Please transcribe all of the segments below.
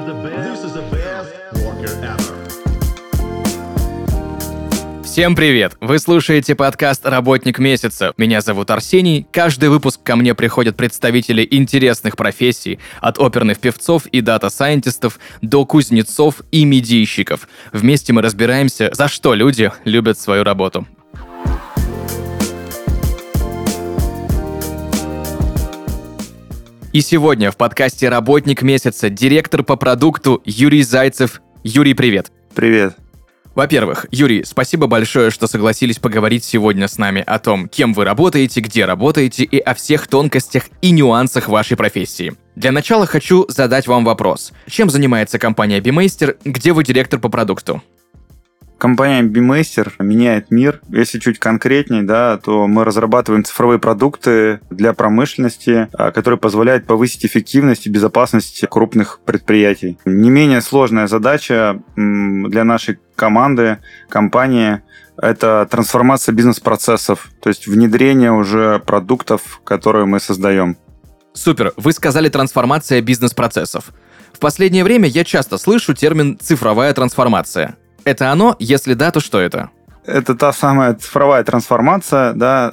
This is the best worker ever. Всем привет! Вы слушаете подкаст «Работник месяца». Меня зовут Арсений. Каждый выпуск ко мне приходят представители интересных профессий, от оперных певцов и дата-сайентистов до кузнецов и медийщиков. Вместе мы разбираемся, за что люди любят свою работу. И сегодня в подкасте «Работник месяца» директор по продукту Юрий Зайцев. Юрий, привет! Привет. Во-первых, Юрий, спасибо большое, что согласились поговорить сегодня с нами о том, кем вы работаете, где работаете и о всех тонкостях и нюансах вашей профессии. Для начала хочу задать вам вопрос. Чем занимается компания BeMaster, где вы директор по продукту? Компания BeMaster меняет мир. Если чуть конкретнее, то мы разрабатываем цифровые продукты для промышленности, которые позволяют повысить эффективность и безопасность крупных предприятий. Не менее сложная задача для нашей команды, компании – это трансформация бизнес-процессов, то есть внедрение уже продуктов, которые мы создаем. Супер, вы сказали трансформация бизнес-процессов. В последнее время я часто слышу термин «цифровая трансформация». Это оно? Если да, то что это? Это та самая цифровая трансформация.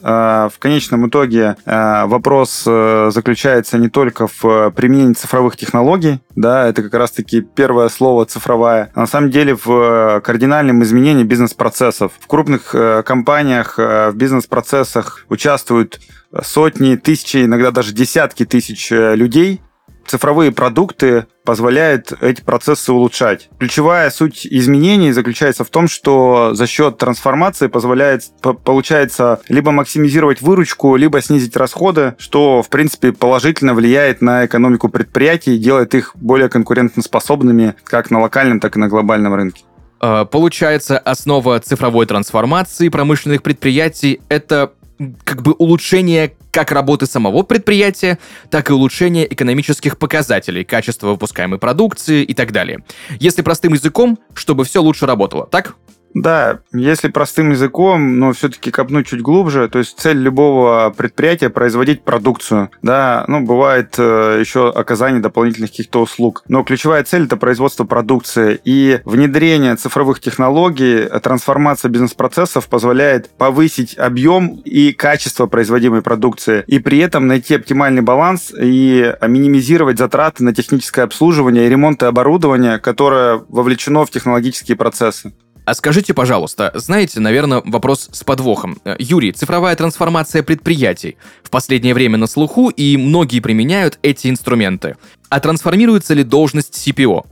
В конечном итоге вопрос заключается не только в применении цифровых технологий, это как раз-таки первое слово «цифровая», а на самом деле в кардинальном изменении бизнес-процессов. В крупных компаниях в бизнес-процессах участвуют сотни, тысячи, иногда даже десятки тысяч людей. Цифровые продукты позволяют эти процессы улучшать. Ключевая суть изменений заключается в том, что за счет трансформации получается либо максимизировать выручку, либо снизить расходы, что, в принципе, положительно влияет на экономику предприятий и делает их более конкурентоспособными как на локальном, так и на глобальном рынке. Получается, основа цифровой трансформации промышленных предприятий – это как бы улучшение как работы самого предприятия, так и улучшение экономических показателей, качества выпускаемой продукции и так далее. Если простым языком, чтобы все лучше работало, так? Да, если простым языком, но все-таки копнуть чуть глубже, то есть цель любого предприятия – производить продукцию. Бывает еще оказание дополнительных каких-то услуг. Но ключевая цель – это производство продукции. И внедрение цифровых технологий, трансформация бизнес-процессов позволяет повысить объем и качество производимой продукции. И при этом найти оптимальный баланс и минимизировать затраты на техническое обслуживание и ремонт оборудования, которое вовлечено в технологические процессы. А скажите, пожалуйста, знаете, наверное, вопрос с подвохом. Юрий, цифровая трансформация предприятий в последнее время на слуху, и многие применяют эти инструменты. А трансформируется ли должность CPO?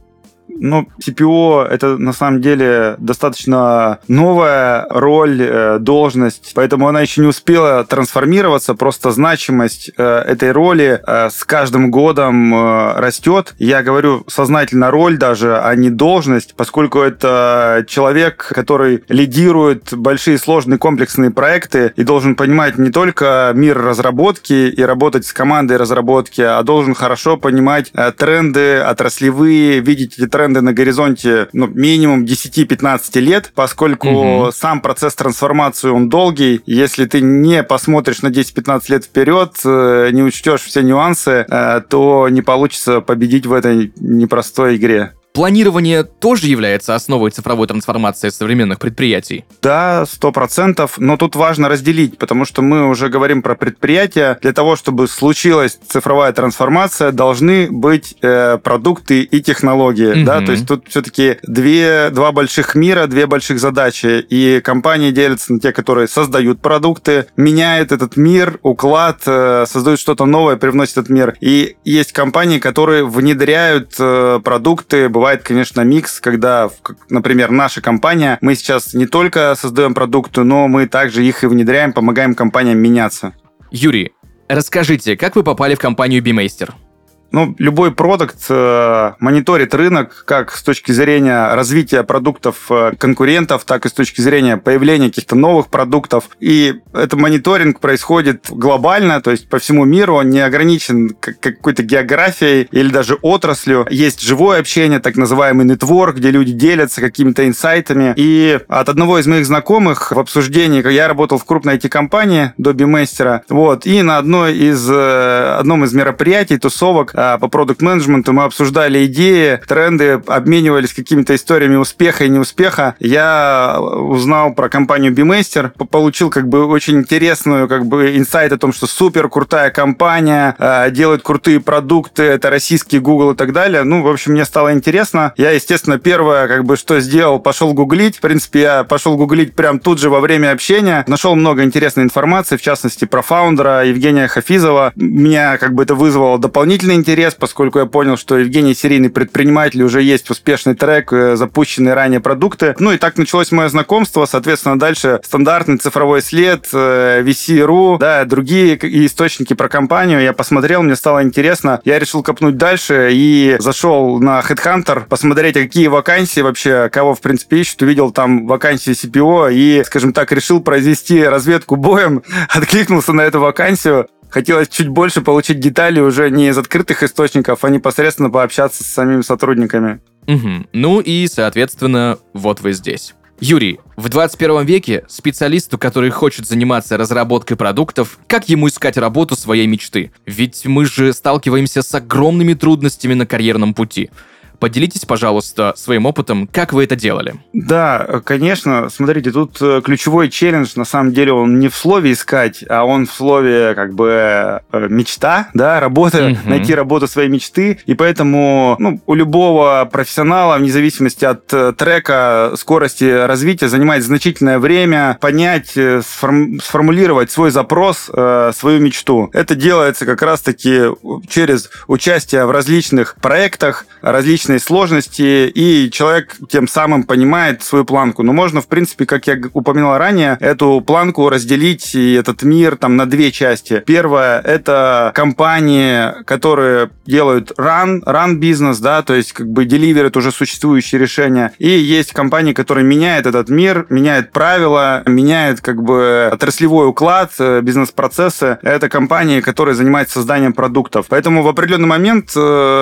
CPO – это на самом деле достаточно новая роль, должность, поэтому она еще не успела трансформироваться, просто значимость этой роли с каждым годом растет. Я говорю сознательно роль даже, а не должность, поскольку это человек, который лидирует большие сложные комплексные проекты и должен понимать не только мир разработки и работать с командой разработки, а должен хорошо понимать тренды отраслевые, видеть эти тренды на горизонте минимум 10-15 лет, поскольку сам процесс трансформации, он долгий. Если ты не посмотришь на 10-15 лет вперед, не учтешь все нюансы, то не получится победить в этой непростой игре. Планирование тоже является основой цифровой трансформации современных предприятий? Да, 100%, но тут важно разделить, потому что мы уже говорим про предприятия. Для того, чтобы случилась цифровая трансформация, должны быть продукты и технологии. То есть тут все-таки два больших мира, две больших задачи. И компании делятся на те, которые создают продукты, меняют этот мир, уклад, создают что-то новое, привносят этот мир. И есть компании, которые внедряют продукты. Бывает, конечно, микс, когда, например, наша компания, мы сейчас не только создаем продукты, но мы также их и внедряем, помогаем компаниям меняться. Юрий, расскажите, как вы попали в компанию BeMaster? Любой продукт мониторит рынок как с точки зрения развития продуктов конкурентов, так и с точки зрения появления каких-то новых продуктов. И этот мониторинг происходит глобально, то есть по всему миру, он не ограничен какой-то географией или даже отраслью. Есть живое общение, так называемый нетворк, где люди делятся какими-то инсайтами. И от одного из моих знакомых в обсуждении, я работал в крупной IT-компании до BeMaster, и на одном из мероприятий, тусовок, по продукт-менеджменту, мы обсуждали идеи, тренды, обменивались какими-то историями успеха и неуспеха. Я узнал про компанию BeMaster, получил очень интересную инсайт о том, что супер крутая компания, делает крутые продукты, это российский Google и так далее. В общем, мне стало интересно. Я, естественно, первое, что сделал, пошел гуглить. В принципе, я пошел гуглить прям тут же во время общения. Нашел много интересной информации, в частности, про фаундера Евгения Хафизова. Меня это вызвало дополнительный интерес, поскольку я понял, что Евгений серийный предприниматель, уже есть успешный трек, запущенные ранее продукты. И так началось мое знакомство. Соответственно, дальше стандартный цифровой след, VC.ru, другие источники про компанию. Я посмотрел, мне стало интересно. Я решил копнуть дальше и зашел на Headhunter, посмотреть, какие вакансии вообще, кого, в принципе, ищут. Увидел там вакансии CPO и, скажем так, решил произвести разведку боем. Откликнулся на эту вакансию. Хотелось чуть больше получить детали уже не из открытых источников, а непосредственно пообщаться с самими сотрудниками. Угу. И, соответственно, вот вы здесь. Юрий, в 21 веке специалисту, который хочет заниматься разработкой продуктов, как ему искать работу своей мечты? Ведь мы же сталкиваемся с огромными трудностями на карьерном пути. Поделитесь, пожалуйста, своим опытом, как вы это делали. Да, конечно. Смотрите, тут ключевой челлендж, на самом деле, он не в слове искать, а он в слове мечта, работа, найти работу своей мечты. И поэтому у любого профессионала, вне зависимости от трека, скорости развития, занимает значительное время понять, сформулировать свой запрос, свою мечту. Это делается как раз-таки через участие в различных проектах, различные сложности, и человек тем самым понимает свою планку. Но можно, в принципе, как я упоминал ранее, эту планку разделить, и этот мир на две части. Первое — это компании, которые делают run бизнес, то есть деливерят уже существующие решения. И есть компании, которые меняют этот мир, меняют правила, меняют отраслевой уклад, бизнес-процессы. Это компании, которые занимаются созданием продуктов. Поэтому в определенный момент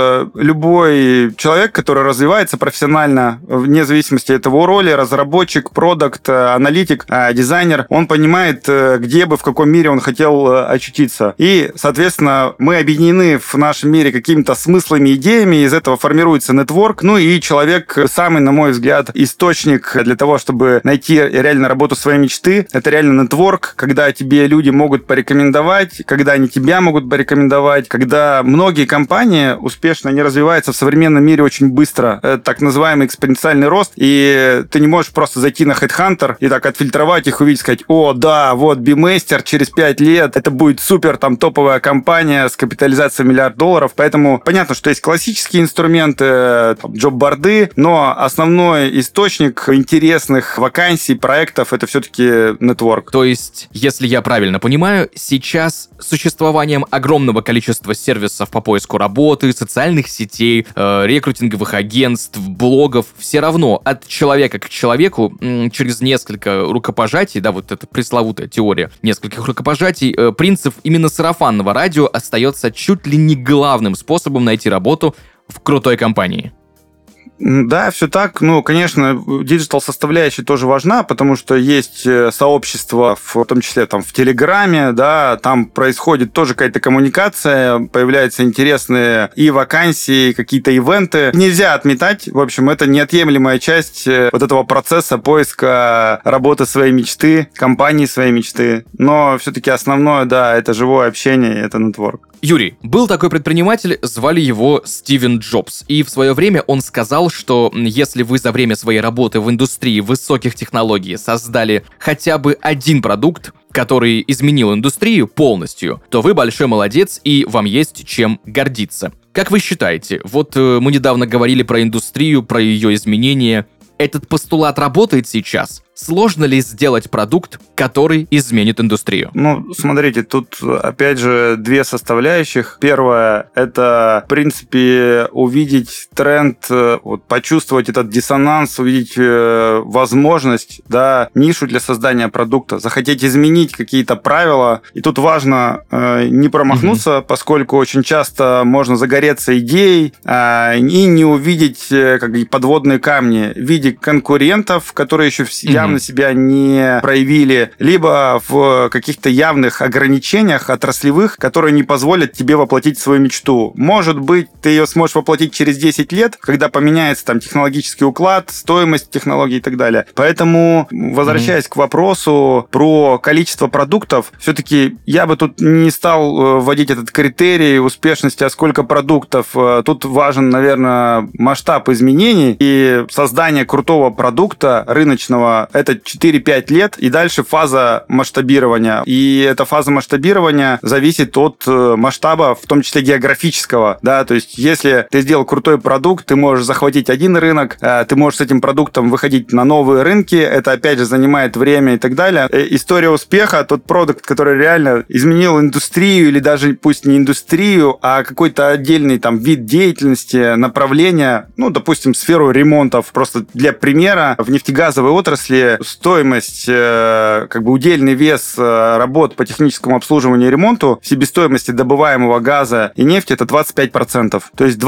любой человек, который развивается профессионально, вне зависимости от его роли, разработчик, продакт, аналитик, дизайнер, он понимает, где бы, в каком мире он хотел очутиться. И, соответственно, мы объединены в нашем мире какими-то смыслами, идеями, из этого формируется нетворк, и человек самый, на мой взгляд, источник для того, чтобы найти реально работу своей мечты. Это реально нетворк, когда тебе люди могут порекомендовать, когда они тебя могут порекомендовать, когда многие компании успешно не развиваются в современном мире очень быстро. Это так называемый экспоненциальный рост, и ты не можешь просто зайти на Headhunter и так отфильтровать их, увидеть, сказать: о, да, вот BeMaster через 5 лет, это будет супер топовая компания с капитализацией $1 миллиард. Поэтому понятно, что есть классические инструменты, джоб-борды, но основной источник интересных вакансий, проектов — это все-таки нетворк. То есть, если я правильно понимаю, сейчас существованием огромного количества сервисов по поиску работы, социальных сетей, рекрутинговых агентств, блогов, все равно от человека к человеку через несколько рукопожатий, вот эта пресловутая теория нескольких рукопожатий, принцип именно сарафанного радио остается чуть ли не главным способом найти работу в крутой компании. Да, все так. Конечно, диджитал-составляющая тоже важна, потому что есть сообщество, в том числе в Телеграме, там происходит тоже какая-то коммуникация, появляются интересные и вакансии, какие-то ивенты. Нельзя отметать, в общем, это неотъемлемая часть этого процесса поиска работы своей мечты, компании своей мечты. Но все-таки основное, это живое общение, это нетворк. Юрий, был такой предприниматель, звали его Стивен Джобс, и в свое время он сказал, что если вы за время своей работы в индустрии высоких технологий создали хотя бы один продукт, который изменил индустрию полностью, то вы большой молодец и вам есть чем гордиться. Как вы считаете, мы недавно говорили про индустрию, про ее изменения. Этот постулат работает сейчас? Сложно ли сделать продукт, который изменит индустрию? Смотрите, тут, опять же, две составляющих. Первое — это, в принципе, увидеть тренд, почувствовать этот диссонанс, увидеть возможность, нишу для создания продукта, захотеть изменить какие-то правила. И тут важно не промахнуться, поскольку очень часто можно загореться идеей и не увидеть подводные камни в виде конкурентов, которые еще явно себя не проявили, либо в каких-то явных ограничениях отраслевых, которые не позволят тебе воплотить свою мечту. Может быть, ты ее сможешь воплотить через 10 лет, когда поменяется там технологический уклад, стоимость технологий и так далее. Поэтому, возвращаясь к вопросу про количество продуктов, все-таки я бы тут не стал вводить этот критерий успешности, а сколько продуктов. Тут важен, наверное, масштаб изменений, и создание крутого продукта рыночного — это 4-5 лет, и дальше фаза масштабирования. И эта фаза масштабирования зависит от масштаба, в том числе географического. Да? То есть, если ты сделал крутой продукт, ты можешь захватить один рынок, ты можешь с этим продуктом выходить на новые рынки, это, опять же, занимает время и так далее. История успеха — тот продукт, который реально изменил индустрию, или даже пусть не индустрию, а какой-то отдельный там вид деятельности, направление, ну, допустим, сферу ремонтов. Просто для примера, в нефтегазовой отрасли стоимость, как бы удельный вес работ по техническому обслуживанию и ремонту в себестоимости добываемого газа и нефти — это 25%. То есть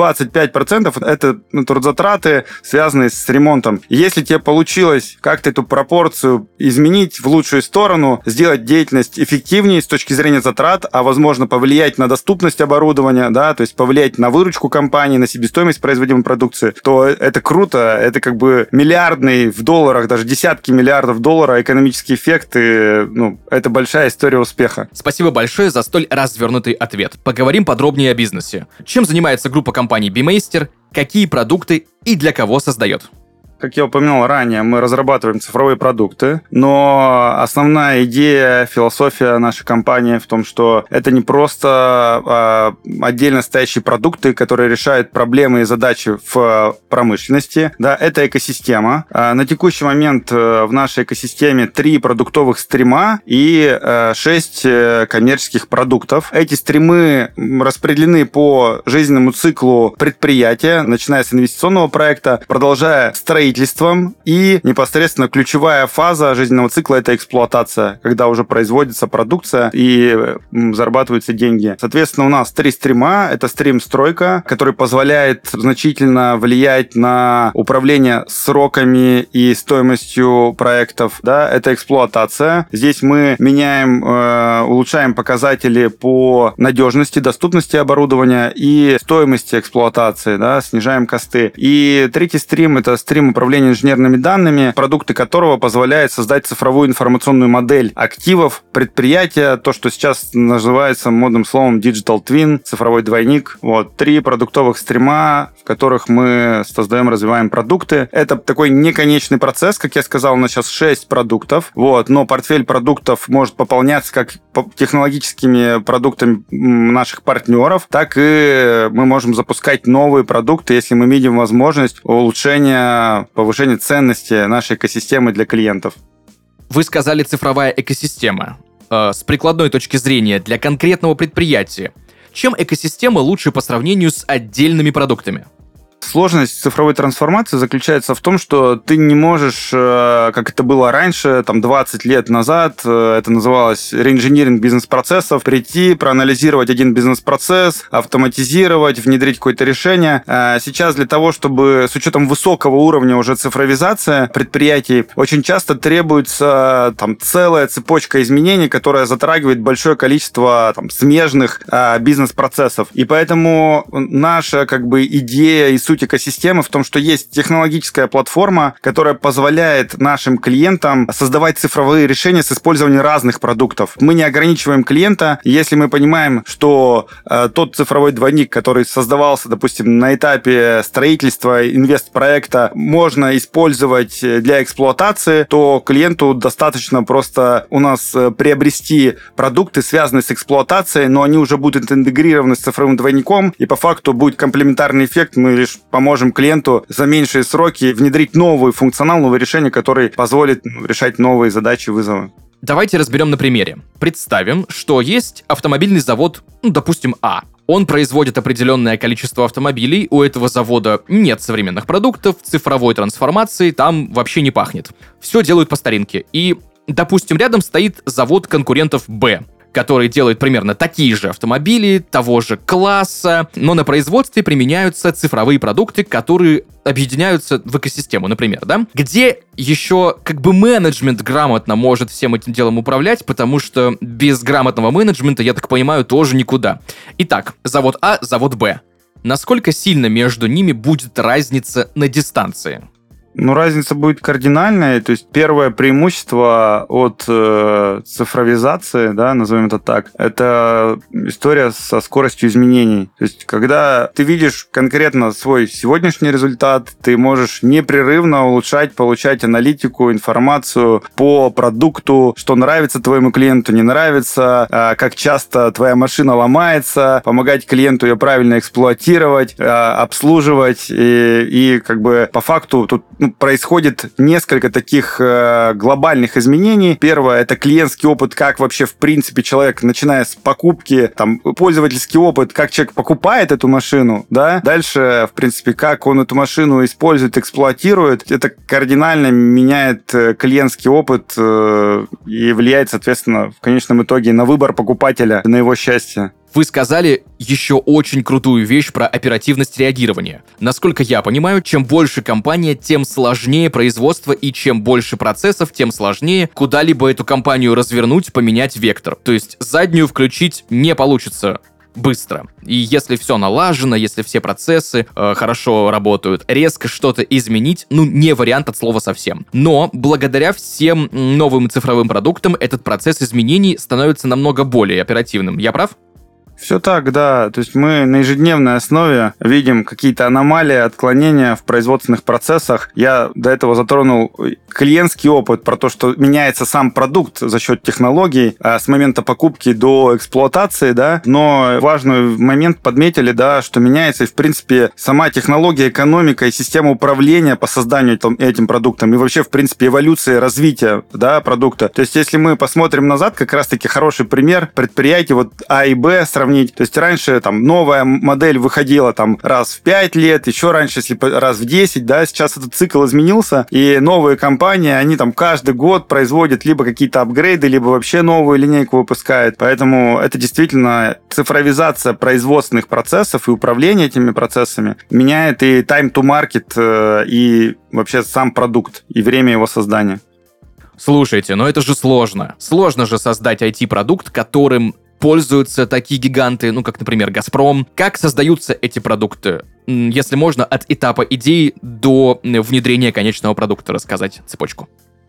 25% это трудзатраты, связанные с ремонтом. И если тебе получилось как-то эту пропорцию изменить в лучшую сторону, сделать деятельность эффективнее с точки зрения затрат, а возможно повлиять на доступность оборудования, да, то есть повлиять на выручку компании, на себестоимость производимой продукции, то это круто, это как бы миллиардный в долларах, даже десятки миллиардов долларов экономический эффект, и, это большая история успеха. Спасибо большое за столь развернутый ответ. Поговорим подробнее о бизнесе. Чем занимается группа компаний BMeister, какие продукты и для кого создает? Как я упоминал ранее, мы разрабатываем цифровые продукты, но основная идея, философия нашей компании в том, что это не просто отдельно стоящие продукты, которые решают проблемы и задачи в промышленности. Да, это экосистема. На текущий момент в нашей экосистеме 3 продуктовых стрима и 6 коммерческих продуктов. Эти стримы распределены по жизненному циклу предприятия, начиная с инвестиционного проекта, продолжая строительством, и непосредственно ключевая фаза жизненного цикла — это эксплуатация, когда уже производится продукция и зарабатываются деньги. Соответственно, у нас 3 стрима. Это стрим «Стройка», который позволяет значительно влиять на управление сроками и стоимостью проектов. Да? Это эксплуатация. Здесь мы меняем, улучшаем показатели по надежности, доступности оборудования и стоимости эксплуатации, да? Снижаем косты. И 3-й стрим — это стрим управления инженерными данными, продукты которого позволяют создать цифровую информационную модель активов предприятия, то, что сейчас называется модным словом Digital Twin, цифровой двойник. 3 продуктовых стрима, в которых мы создаем, развиваем продукты. Это такой неконечный процесс, как я сказал, у нас сейчас 6 продуктов, но портфель продуктов может пополняться как технологическими продуктами наших партнеров, так и мы можем запускать новые продукты, если мы видим возможность улучшения, повышения ценности нашей экосистемы для клиентов. Вы сказали «цифровая экосистема». С прикладной точки зрения для конкретного предприятия, чем экосистема лучше по сравнению с отдельными продуктами? Сложность цифровой трансформации заключается в том, что ты не можешь, как это было раньше, 20 лет назад, это называлось реинжиниринг бизнес-процессов, прийти, проанализировать один бизнес-процесс, автоматизировать, внедрить какое-то решение. Сейчас для того, чтобы с учетом высокого уровня уже цифровизация предприятий, очень часто требуется целая цепочка изменений, которая затрагивает большое количество смежных бизнес-процессов. И поэтому наша идея и суть экосистемы в том, что есть технологическая платформа, которая позволяет нашим клиентам создавать цифровые решения с использованием разных продуктов. Мы не ограничиваем клиента, если мы понимаем, что тот цифровой двойник, который создавался, допустим, на этапе строительства инвестпроекта, можно использовать для эксплуатации, то клиенту достаточно просто у нас приобрести продукты, связанные с эксплуатацией, но они уже будут интегрированы с цифровым двойником, и по факту будет комплементарный эффект. Мы лишь поможем клиенту за меньшие сроки внедрить новый функционал, новое решение, который позволит решать новые задачи, вызовы. Давайте разберем на примере. Представим, что есть автомобильный завод, допустим, А. Он производит определенное количество автомобилей, у этого завода нет современных продуктов, цифровой трансформации там вообще не пахнет. Все делают по старинке. И, допустим, рядом стоит завод конкурентов Б, который делает примерно такие же автомобили, того же класса, но на производстве применяются цифровые продукты, которые объединяются в экосистему, например, да? Где еще как бы менеджмент грамотно может всем этим делом управлять, потому что без грамотного менеджмента, я так понимаю, тоже никуда. Итак, завод А, завод Б. Насколько сильно между ними будет разница на дистанции? Ну, разница будет кардинальная. То есть первое преимущество от цифровизации, да, назовем это так, это история со скоростью изменений. То есть когда ты видишь конкретно свой сегодняшний результат, ты можешь непрерывно улучшать, получать аналитику, информацию по продукту, что нравится твоему клиенту, не нравится, как часто твоя машина ломается, помогать клиенту ее правильно эксплуатировать, обслуживать. И как бы по факту тут происходит несколько таких глобальных изменений. Первое — это клиентский опыт, как вообще, в принципе, человек, начиная с покупки, там, пользовательский опыт, как человек покупает эту машину, да. Дальше, в принципе, как он эту машину использует, эксплуатирует. Это кардинально меняет клиентский опыт и влияет, соответственно, в конечном итоге на выбор покупателя, на его счастье. Вы сказали еще очень крутую вещь про оперативность реагирования. Насколько я понимаю, чем больше компания, тем сложнее производство, и чем больше процессов, тем сложнее куда-либо эту компанию развернуть, поменять вектор. То есть заднюю включить не получится быстро. И если все налажено, если все процессы хорошо работают, резко что-то изменить, не вариант от слова совсем. Но благодаря всем новым цифровым продуктам этот процесс изменений становится намного более оперативным. Я прав? Все так, да. То есть мы на ежедневной основе видим какие-то аномалии, отклонения в производственных процессах. Я до этого затронул клиентский опыт про то, что меняется сам продукт за счет технологий с момента покупки до эксплуатации, да. Но важный момент подметили, да, что меняется и, в принципе, сама технология, экономика и система управления по созданию этим продуктом и вообще, в принципе, эволюция развития, да, продукта. То есть если мы посмотрим назад, как раз-таки хороший пример предприятий вот А и Б сравнить. То есть раньше там новая модель выходила там раз в 5 лет, еще раньше, если раз в 10, да, сейчас этот цикл изменился, и новые компании, они там каждый год производят либо какие-то апгрейды, либо вообще новую линейку выпускают. Поэтому это действительно цифровизация производственных процессов и управление этими процессами меняет и time to market, и вообще сам продукт, и время его создания. Слушайте, но это же сложно. Сложно же создать IT-продукт, которым пользуются такие гиганты, как, например, «Газпром». Как создаются эти продукты? Если можно, от этапа идеи до внедрения конечного продукта рассказать цепочку.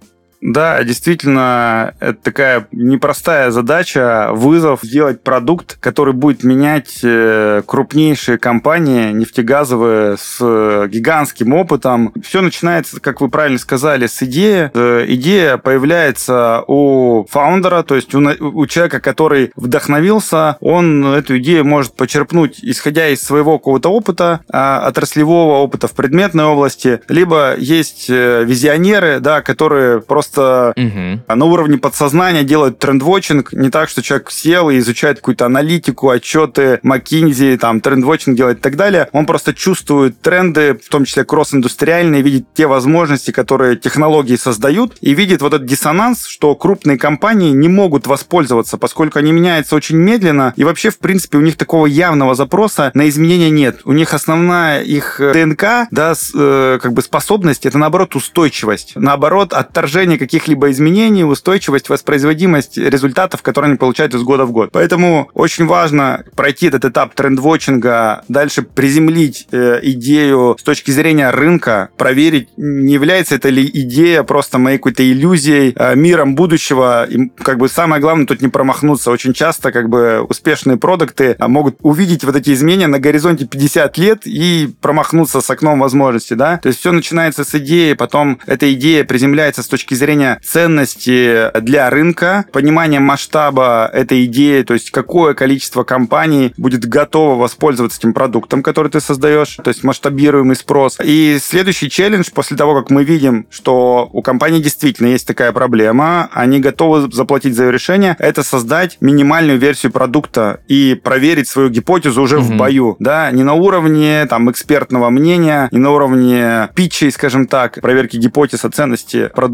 Да, действительно, это такая непростая задача, вызов сделать продукт, который будет менять крупнейшие компании нефтегазовые с гигантским опытом. Все начинается, как вы правильно сказали, с идеи. Идея появляется у фаундера, то есть у человека, который вдохновился, он эту идею может почерпнуть, исходя из своего какого-то опыта, отраслевого опыта в предметной области, либо есть визионеры, да, которые просто на уровне подсознания делают тренд-вотчинг, не так, что человек сел и изучает какую-то аналитику, отчеты McKinsey, там, тренд-вотчинг делает и так далее. Он просто чувствует тренды, в том числе кросс-индустриальные, видит те возможности, которые технологии создают, и видит вот этот диссонанс, что крупные компании не могут воспользоваться, поскольку они меняются очень медленно, и вообще, в принципе, у них такого явного запроса на изменения нет. У них основная их ДНК, да, как бы способность, это, наоборот, устойчивость. Наоборот, отторжение каких-либо изменений, устойчивость, воспроизводимость результатов, которые они получают из года в год. Поэтому очень важно пройти этот этап тренд-вотчинга, дальше приземлить идею с точки зрения рынка, проверить, не является это ли идея просто моей какой-то иллюзией, миром будущего. И, как бы самое главное тут не промахнуться. Очень часто как бы успешные продукты могут увидеть вот эти изменения на горизонте 50 лет и промахнуться с окном возможностей, да. То есть все начинается с идеи, потом эта идея приземляется с точки зрения ценности для рынка, понимание масштаба этой идеи, то есть какое количество компаний будет готово воспользоваться этим продуктом, который ты создаешь, то есть масштабируемый спрос. И следующий челлендж, после того, как мы видим, что у компании действительно есть такая проблема, они готовы заплатить за ее решение, это создать минимальную версию продукта и проверить свою гипотезу уже в бою, да, не на уровне там экспертного мнения, не на уровне питчей, скажем так, проверки гипотез о ценности продукта, а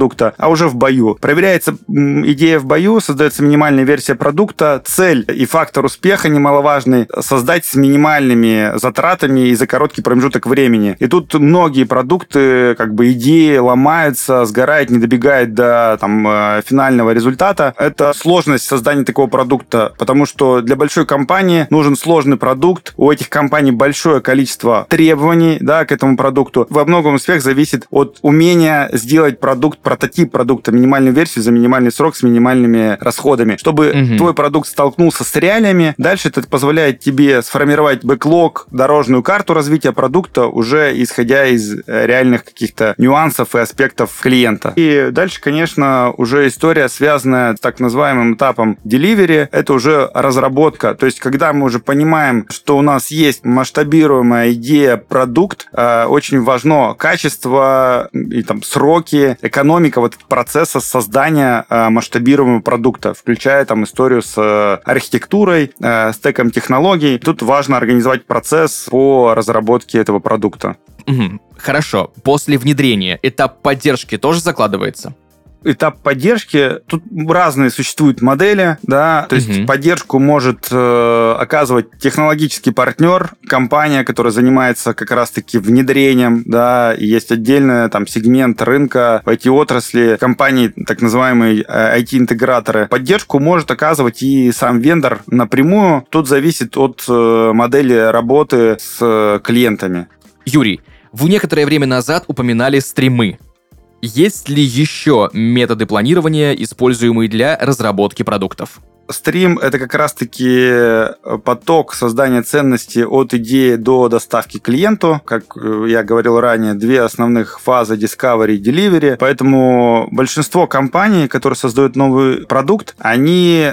а уже в бою. Проверяется идея в бою, создается минимальная версия продукта, цель и фактор успеха немаловажный — создать с минимальными затратами и за короткий промежуток времени. И тут многие продукты, идеи ломаются, сгорают, не добегают до финального результата. Это сложность создания такого продукта, потому что для большой компании нужен сложный продукт, у этих компаний большое количество требований, к этому продукту. Во многом успех зависит от умения сделать прототип продукта, минимальную версию за минимальный срок с минимальными расходами. Чтобы твой продукт столкнулся с реалиями, дальше это позволяет тебе сформировать бэклог, дорожную карту развития продукта, уже исходя из реальных каких-то нюансов и аспектов клиента. И дальше, конечно, уже история, связанная с так называемым этапом delivery, это уже разработка. То есть, когда мы уже понимаем, что у нас есть масштабируемая идея, продукт, очень важно качество и сроки, экономика процесса создания масштабируемого продукта, включая историю с архитектурой, стеком технологий. Тут важно организовать процесс по разработке этого продукта. Хорошо. После внедрения этап поддержки тоже закладывается? Этап поддержки, тут разные существуют модели, то есть поддержку может оказывать технологический партнер, компания, которая занимается как раз-таки внедрением, и есть отдельный сегмент рынка в IT-отрасли, компании, так называемые IT-интеграторы. Поддержку может оказывать и сам вендор напрямую, тут зависит от модели работы с клиентами. Юрий, вы некоторое время назад упоминали стримы. Есть ли еще методы планирования, используемые для разработки продуктов? Стрим — это как раз-таки поток создания ценности от идеи до доставки клиенту. Как я говорил ранее, две основных фазы: discovery и delivery. Поэтому большинство компаний, которые создают новый продукт, они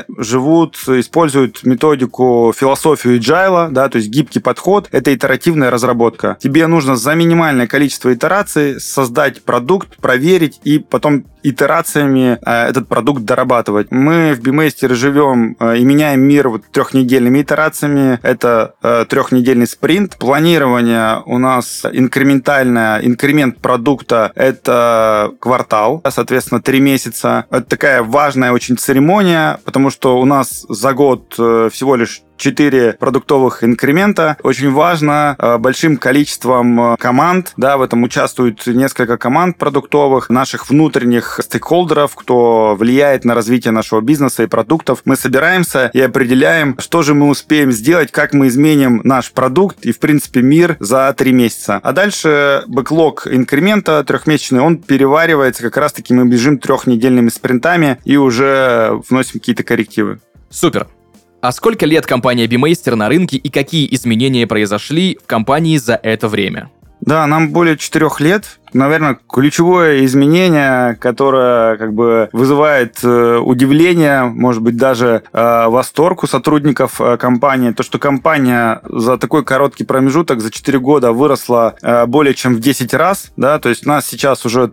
используют методику, философию agile, то есть гибкий подход. Это итеративная разработка. Тебе нужно за минимальное количество итераций создать продукт, проверить и потом итерациями этот продукт дорабатывать. Мы в BeMaster живем и меняем мир трехнедельными итерациями. Это трехнедельный спринт. Планирование у нас инкрементальное. Инкремент продукта — это квартал, соответственно, 3 месяца. Это такая важная очень церемония, потому что у нас за год всего лишь 4 продуктовых инкремента. Очень важно большим количеством команд, в этом участвуют несколько команд продуктовых, наших внутренних стейкхолдеров, кто влияет на развитие нашего бизнеса и продуктов. Мы собираемся и определяем, что же мы успеем сделать, как мы изменим наш продукт и, в принципе, мир за 3 месяца. А дальше бэклог инкремента трехмесячный, он переваривается, как раз-таки мы бежим 3-недельными спринтами и уже вносим какие-то коррективы. Супер. А сколько лет компания BeMaster на рынке и какие изменения произошли в компании за это время? Да, нам более 4 лет. Наверное, ключевое изменение, которое вызывает удивление, может быть, даже восторг у сотрудников компании, то, что компания за такой короткий промежуток, за 4 года выросла более чем в 10 раз, то есть у нас сейчас уже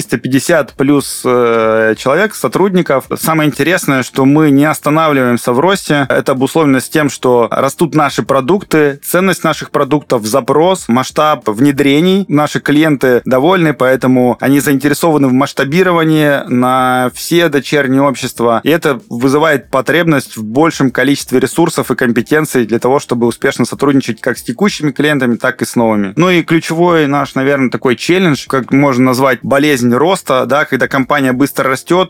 350 плюс человек, сотрудников. Самое интересное, что мы не останавливаемся в росте. Это обусловлено с тем, что растут наши продукты, ценность наших продуктов, запрос, масштаб внедрений. Наши клиенты довольны, поэтому они заинтересованы в масштабировании на все дочерние общества. И это вызывает потребность в большем количестве ресурсов и компетенций для того, чтобы успешно сотрудничать как с текущими клиентами, так и с новыми. Ну и ключевой наш, наверное, такой челлендж, как можно назвать, болезнь роста, когда компания быстро растет,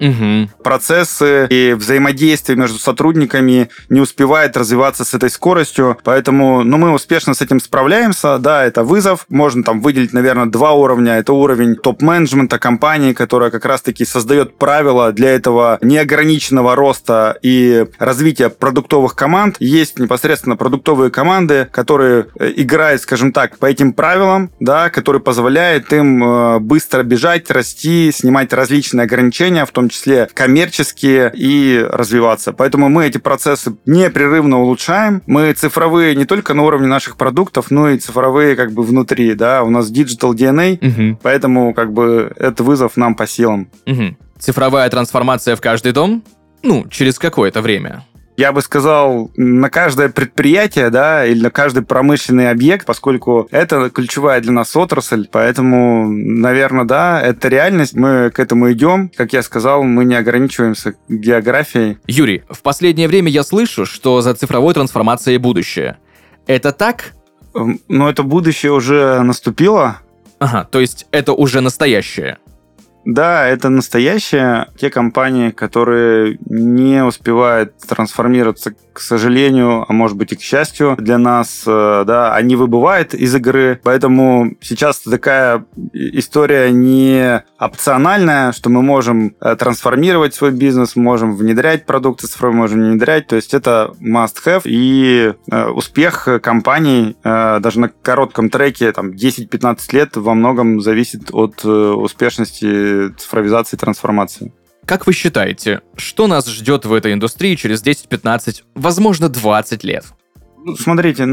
процессы и взаимодействие между сотрудниками не успевает развиваться с этой скоростью. Поэтому мы успешно с этим справляемся. Да, это вызов. Можно выделить, наверное, 2 уровня. Это уровень топ-менеджмента компании, которая как раз-таки создает правила для этого неограниченного роста и развития продуктовых команд. Есть непосредственно продуктовые команды, которые играют, скажем так, по этим правилам, которые позволяют им быстро бежать, расти, снимать различные ограничения, в том числе коммерческие, и развиваться. Поэтому мы эти процессы непрерывно улучшаем. Мы цифровые не только на уровне наших продуктов, но и цифровые внутри. У нас digital DNA, поэтому это вызов нам по силам. Цифровая трансформация в каждый дом? Через какое-то время. Я бы сказал, на каждое предприятие, да, или на каждый промышленный объект, поскольку это ключевая для нас отрасль, поэтому, наверное, да, это реальность, мы к этому идем. Как я сказал, мы не ограничиваемся географией. Юрий, в последнее время я слышу, что за цифровой трансформацией будущее. Это так? Но это будущее уже наступило. Ага, то есть это уже настоящее. Да, это настоящее. Те компании, которые не успевают трансформироваться, к сожалению, а может быть и к счастью для нас, да, они выбывают из игры. Поэтому сейчас такая история не опциональная, что мы можем трансформировать свой бизнес, можем внедрять продукты цифровые, можем не внедрять. То есть это must-have. И успех компаний даже на коротком треке, там, 10-15 лет, во многом зависит от успешности цифровизации и трансформации. Как вы считаете, что нас ждет в этой индустрии через 10-15, возможно, 20 лет? Смотрите,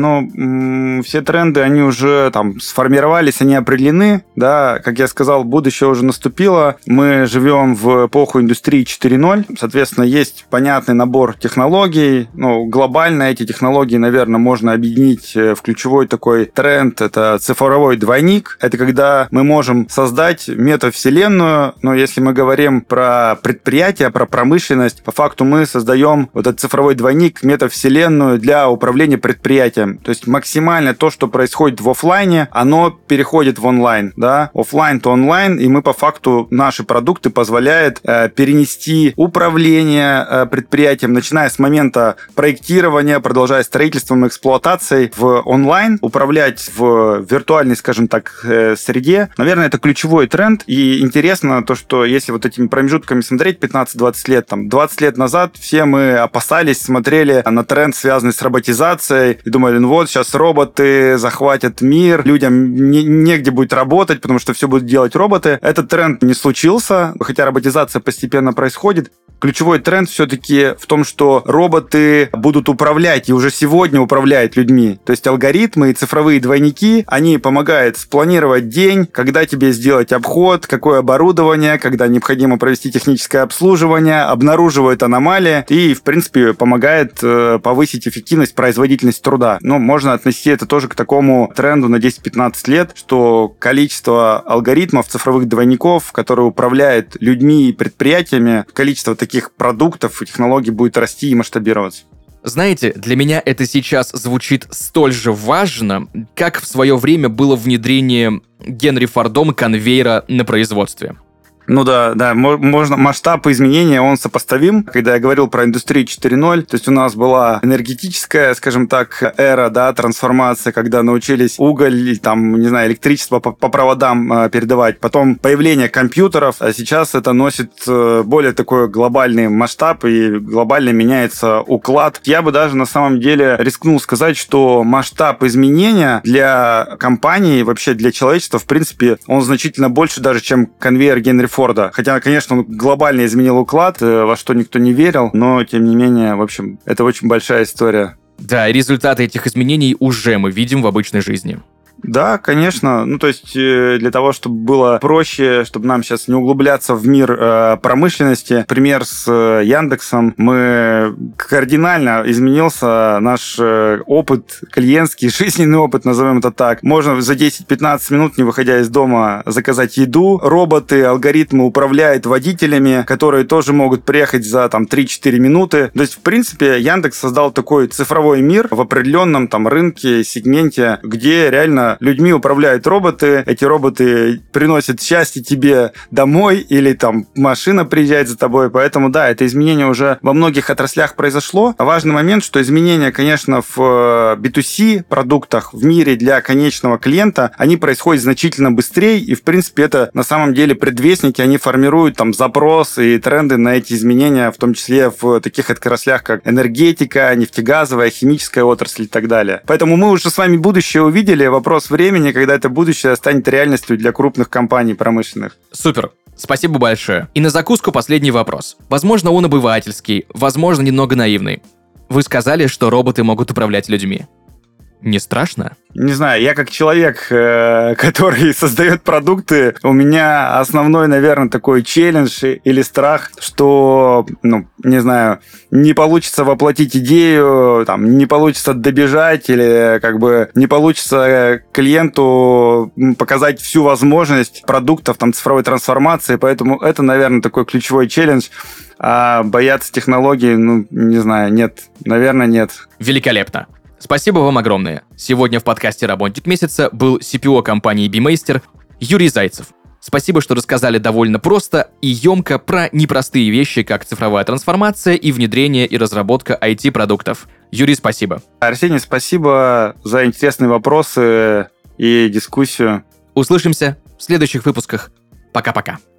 все тренды, они уже там сформировались, они определены, да, как я сказал, будущее уже наступило, мы живем в эпоху индустрии 4.0, соответственно, есть понятный набор технологий, глобально эти технологии, наверное, можно объединить в ключевой такой тренд, это цифровой двойник, это когда мы можем создать метавселенную, но если мы говорим про предприятия, про промышленность, по факту мы создаем вот этот цифровой двойник, метавселенную для управления предприятием. То есть максимально то, что происходит в офлайне, оно переходит в онлайн, да, офлайн то онлайн, и мы по факту наши продукты позволяют перенести управление предприятием, начиная с момента проектирования, продолжая строительством и эксплуатацией в онлайн, управлять в виртуальной, скажем так, среде. Наверное, это ключевой тренд, и интересно то, что если вот этими промежутками смотреть 15-20 лет, там, 20 лет назад все мы опасались, смотрели на тренд, связанный с роботизацией, и думали, сейчас роботы захватят мир, людям негде будет работать, потому что все будут делать роботы. Этот тренд не случился, хотя роботизация постепенно происходит. Ключевой тренд все-таки в том, что роботы будут управлять, и уже сегодня управляют людьми. То есть алгоритмы и цифровые двойники, они помогают спланировать день, когда тебе сделать обход, какое оборудование, когда необходимо провести техническое обслуживание, обнаруживают аномалии и, в принципе, помогает повысить эффективность, производительность труда. Можно отнести это тоже к такому тренду на 10-15 лет, что количество алгоритмов, цифровых двойников, которые управляют людьми и предприятиями, количество таких продуктов и технологий будет расти и масштабироваться. Знаете, для меня это сейчас звучит столь же важно, как в свое время было внедрение Генри Фордом конвейера на производстве. Да, можно, масштаб изменения, он сопоставим. Когда я говорил про индустрию 4.0, то есть у нас была энергетическая, скажем так, эра, да, трансформация, когда научились уголь, электричество по проводам передавать. Потом появление компьютеров, а сейчас это носит более такой глобальный масштаб и глобально меняется уклад. Я бы даже на самом деле рискнул сказать, что масштаб изменения для компании, вообще для человечества, в принципе, он значительно больше даже, чем конвейер Генри Форда. Хотя, конечно, он глобально изменил уклад, во что никто не верил, но, тем не менее, в общем, это очень большая история. Да, и результаты этих изменений уже мы видим в обычной жизни. Да, конечно. То есть для того, чтобы было проще, чтобы нам сейчас не углубляться в мир промышленности, пример с Яндексом, мы кардинально изменился наш опыт, клиентский, жизненный опыт, назовем это так. Можно за 10-15 минут, не выходя из дома, заказать еду. Роботы, алгоритмы управляют водителями, которые тоже могут приехать за 3-4 минуты. То есть, в принципе, Яндекс создал такой цифровой мир в определенном рынке, сегменте, где реально людьми управляют роботы, эти роботы приносят счастье тебе домой, или машина приезжает за тобой, поэтому да, это изменение уже во многих отраслях произошло. А важный момент, что изменения, конечно, в B2C продуктах в мире для конечного клиента, они происходят значительно быстрее, и в принципе это на самом деле предвестники, они формируют запрос и тренды на эти изменения, в том числе в таких отраслях, как энергетика, нефтегазовая, химическая отрасль и так далее. Поэтому мы уже с вами будущее увидели, вопрос времени, когда это будущее станет реальностью для крупных компаний промышленных. Супер. Спасибо большое. И на закуску последний вопрос. Возможно, он обывательский, возможно, немного наивный. Вы сказали, что роботы могут управлять людьми. Не страшно? Не знаю, я как человек, который создает продукты, у меня основной, наверное, такой челлендж или страх, что, не знаю, не получится воплотить идею, там, не получится добежать или не получится клиенту показать всю возможность продуктов, там, цифровой трансформации, поэтому это, наверное, такой ключевой челлендж. А бояться технологий, не знаю, нет, наверное, нет. Великолепно. Спасибо вам огромное. Сегодня в подкасте «Работник месяца» был CPO компании BeMaster Юрий Зайцев. Спасибо, что рассказали довольно просто и емко про непростые вещи, как цифровая трансформация и внедрение и разработка IT-продуктов. Юрий, спасибо. Арсений, спасибо за интересные вопросы и дискуссию. Услышимся в следующих выпусках. Пока-пока.